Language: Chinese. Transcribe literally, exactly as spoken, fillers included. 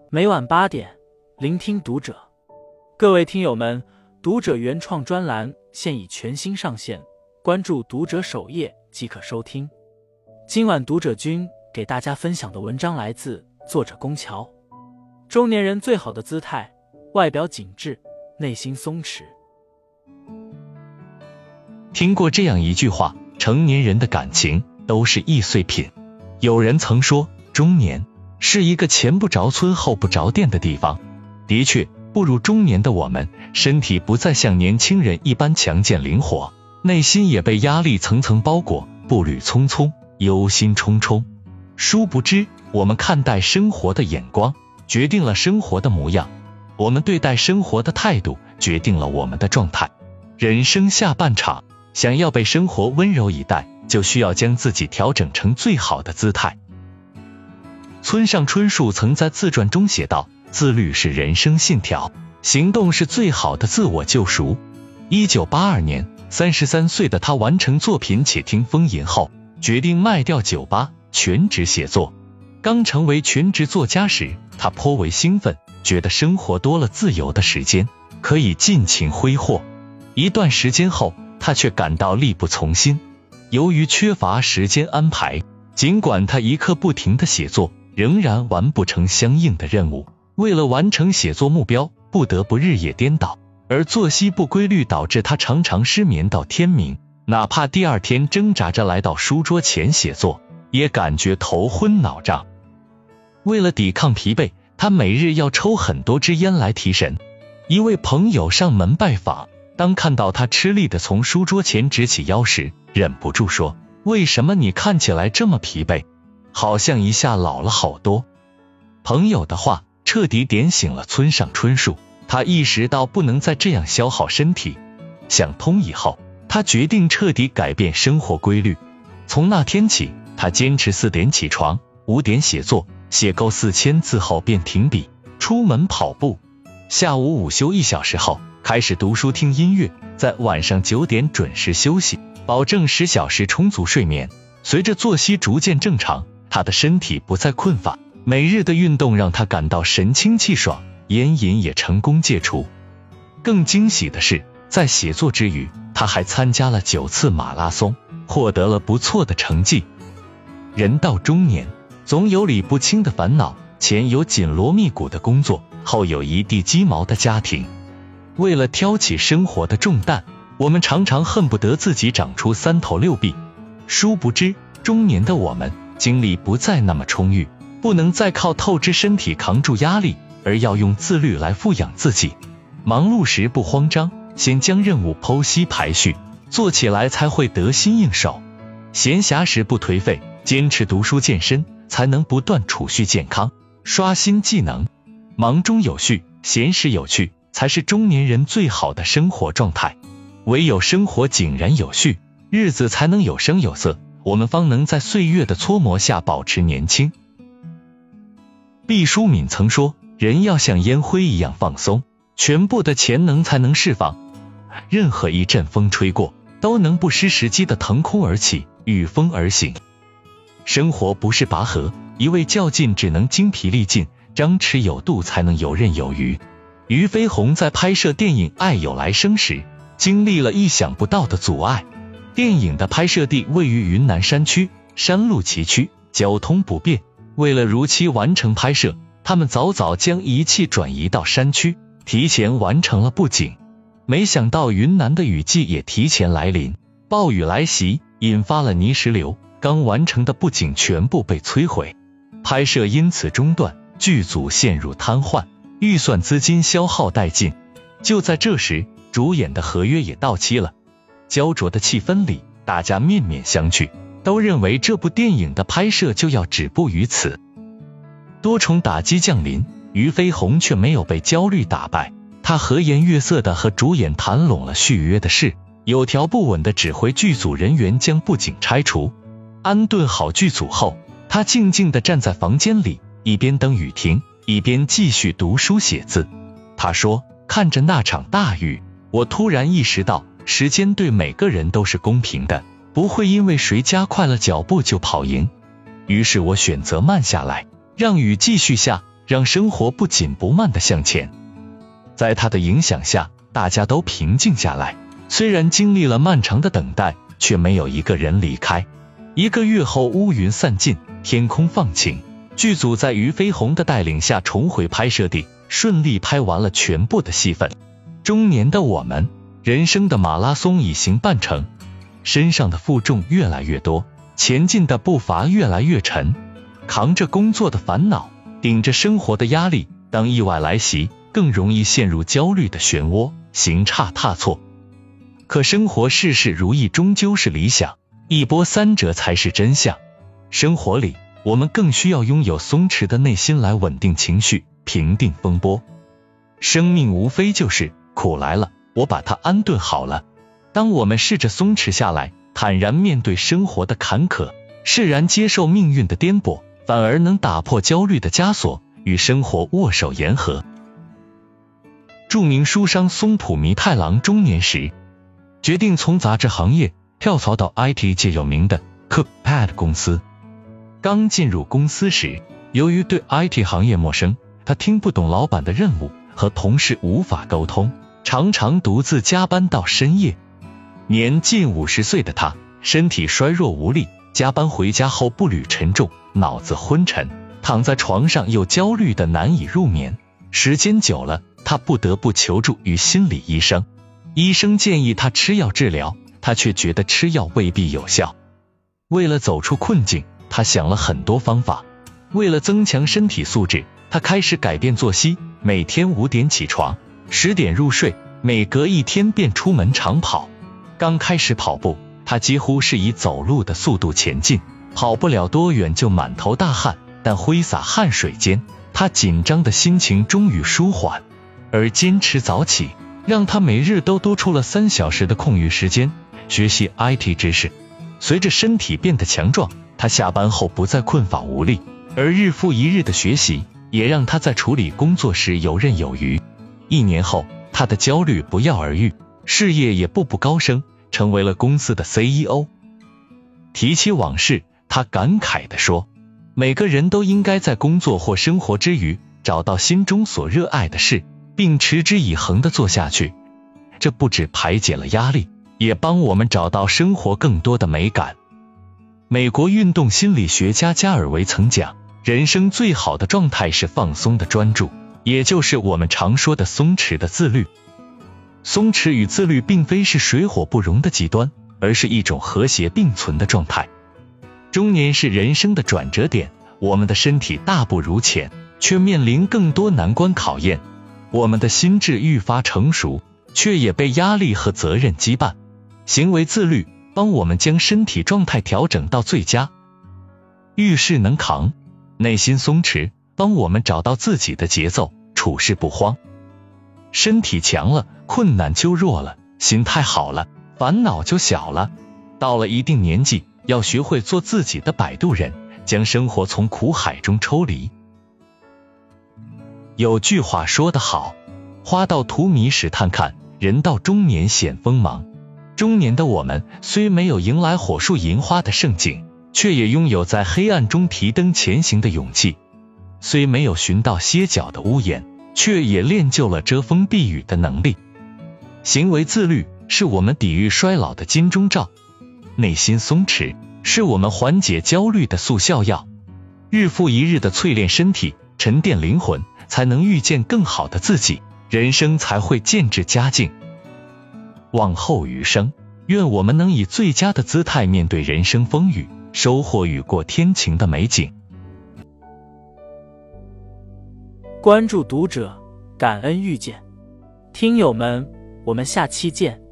每晚八点，聆听读者。各位听友们，读者原创专栏现已全新上线，关注读者首页即可收听。今晚读者君给大家分享的文章来自作者宫桥。中年人最好的姿态，外表紧致，内心松弛。 听过这样一句话，成年人的感情都是易碎品。有人曾说，中年是一个前不着村后不着店的地方。的确，步入中年的我们，身体不再像年轻人一般强健灵活，内心也被压力层层包裹，步履匆匆，忧心忡忡。殊不知，我们看待生活的眼光决定了生活的模样，我们对待生活的态度决定了我们的状态。人生下半场，想要被生活温柔以待，就需要将自己调整成最好的姿态。村上春树曾在自传中写道，自律是人生信条，行动是最好的自我救赎。一九八二年，三十三岁的他完成作品《且听风吟》后，决定卖掉酒吧，全职写作。刚成为全职作家时，他颇为兴奋，觉得生活多了自由的时间，可以尽情挥霍。一段时间后，他却感到力不从心。由于缺乏时间安排，尽管他一刻不停地写作，仍然完不成相应的任务。为了完成写作目标，不得不日夜颠倒，而作息不规律导致他常常失眠到天明，哪怕第二天挣扎着来到书桌前写作，也感觉头昏脑胀。为了抵抗疲惫，他每日要抽很多支烟来提神。一位朋友上门拜访，当看到他吃力地从书桌前直起腰时，忍不住说，为什么你看起来这么疲惫，好像一下老了好多。朋友的话彻底点醒了村上春树，他意识到不能再这样消耗身体。想通以后，他决定彻底改变生活规律。从那天起，他坚持四点起床，五点写作，写够四千字后便停笔，出门跑步。下午午休一小时后，开始读书听音乐，在晚上九点准时休息，保证十小时充足睡眠。随着作息逐渐正常，他的身体不再困乏，每日的运动让他感到神清气爽，烟瘾也成功戒除。更惊喜的是，在写作之余，他还参加了九次马拉松，获得了不错的成绩。人到中年，总有理不清的烦恼，前有紧锣密鼓的工作，后有一地鸡毛的家庭。为了挑起生活的重担，我们常常恨不得自己长出三头六臂。殊不知，中年的我们精力不再那么充裕，不能再靠透支身体扛住压力，而要用自律来富养自己。忙碌时不慌张，先将任务剖析排序，做起来才会得心应手。闲暇时不颓废，坚持读书健身，才能不断储蓄健康，刷新技能。忙中有序，闲时有趣，才是中年人最好的生活状态。唯有生活井然有序，日子才能有声有色，我们方能在岁月的搓磨下保持年轻。毕淑敏曾说，人要像烟灰一样放松，全部的潜能才能释放。任何一阵风吹过，都能不失时机的腾空而起，御风而行。生活不是拔河，一味较劲只能精疲力尽，张弛有度才能游刃有余。俞飞鸿在拍摄电影《爱有来生》时，经历了意想不到的阻碍。电影的拍摄地位于云南山区，山路崎岖，交通不便。为了如期完成拍摄，他们早早将仪器转移到山区，提前完成了布景。没想到云南的雨季也提前来临，暴雨来袭，引发了泥石流，刚完成的布景全部被摧毁，拍摄因此中断，剧组陷入瘫痪，预算资金消耗殆尽。就在这时，主演的合约也到期了。焦灼的气氛里，大家面面相觑，都认为这部电影的拍摄就要止步于此。多重打击降临，俞飞鸿却没有被焦虑打败，他和颜悦色地和主演谈拢了续约的事，有条不紊地指挥剧组人员将布景拆除。安顿好剧组后，他静静地站在房间里，一边等雨停，一边继续读书写字。他说，看着那场大雨，我突然意识到，时间对每个人都是公平的，不会因为谁加快了脚步就跑赢。于是我选择慢下来，让雨继续下， 让生活不紧不慢地向前。在他的影响下，大家都平静下来，虽然经历了漫长的等待，却没有一个人离开。一个月后，乌云散尽，天空放晴，剧组在俞飞鸿的带领下重回拍摄地，顺利拍完了全部的戏份。中年的我们，人生的马拉松已行半程，身上的负重越来越多，前进的步伐越来越沉，扛着工作的烦恼，顶着生活的压力，当意外来袭，更容易陷入焦虑的漩涡，行差踏错。可生活事事如意终究是理想，一波三折才是真相。生活里，我们更需要拥有松弛的内心来稳定情绪，平定风波。生命无非就是苦来了，我把它安顿好了。当我们试着松弛下来，坦然面对生活的坎坷，释然接受命运的颠簸，反而能打破焦虑的枷锁，与生活握手言和。著名书商松浦弥太郎中年时，决定从杂志行业跳槽到 I T 界有名的 Cookpad 公司。刚进入公司时，由于对 I T 行业陌生，他听不懂老板的任务，和同事无法沟通，常常独自加班到深夜。年近五十岁的他，身体衰弱无力，加班回家后步履沉重，脑子昏沉，躺在床上又焦虑的难以入眠。时间久了，他不得不求助于心理医生。医生建议他吃药治疗，他却觉得吃药未必有效。为了走出困境，他想了很多方法。为了增强身体素质，他开始改变作息，每天五点起床，十点入睡，每隔一天便出门长跑。刚开始跑步，他几乎是以走路的速度前进，跑不了多远就满头大汗，但挥洒汗水间，他紧张的心情终于舒缓。而坚持早起，让他每日都多出了三小时的空余时间学习 I T 知识。随着身体变得强壮，他下班后不再困乏无力，而日复一日的学习也让他在处理工作时游刃有余。一年后，他的焦虑不药而愈，事业也步步高升，成为了公司的 C E O。 提起往事，他感慨地说，每个人都应该在工作或生活之余，找到心中所热爱的事，并持之以恒地做下去。这不只排解了压力，也帮我们找到生活更多的美感。美国运动心理学家加尔维曾讲，人生最好的状态是放松的专注，也就是我们常说的松弛的自律。松弛与自律并非是水火不容的极端，而是一种和谐并存的状态。中年是人生的转折点，我们的身体大不如前，却面临更多难关考验。我们的心智愈发成熟，却也被压力和责任羁绊。行为自律帮我们将身体状态调整到最佳，遇事能扛；内心松弛帮我们找到自己的节奏，处事不慌。身体强了，困难就弱了；心态好了，烦恼就小了。到了一定年纪，要学会做自己的摆渡人，将生活从苦海中抽离。有句话说得好，花到荼蘼时探看，人到中年显锋芒。中年的我们虽没有迎来火树银花的盛景，却也拥有在黑暗中提灯前行的勇气；虽没有寻到歇脚的屋檐，却也练就了遮风避雨的能力。行为自律是我们抵御衰老的金钟罩，内心松弛是我们缓解焦虑的速效药。日复一日的淬炼身体，沉淀灵魂，才能遇见更好的自己，人生才会渐至佳境。往后余生，愿我们能以最佳的姿态面对人生风雨，收获雨过天晴的美景。 关注读者，感恩遇见。听友们，我们下期见。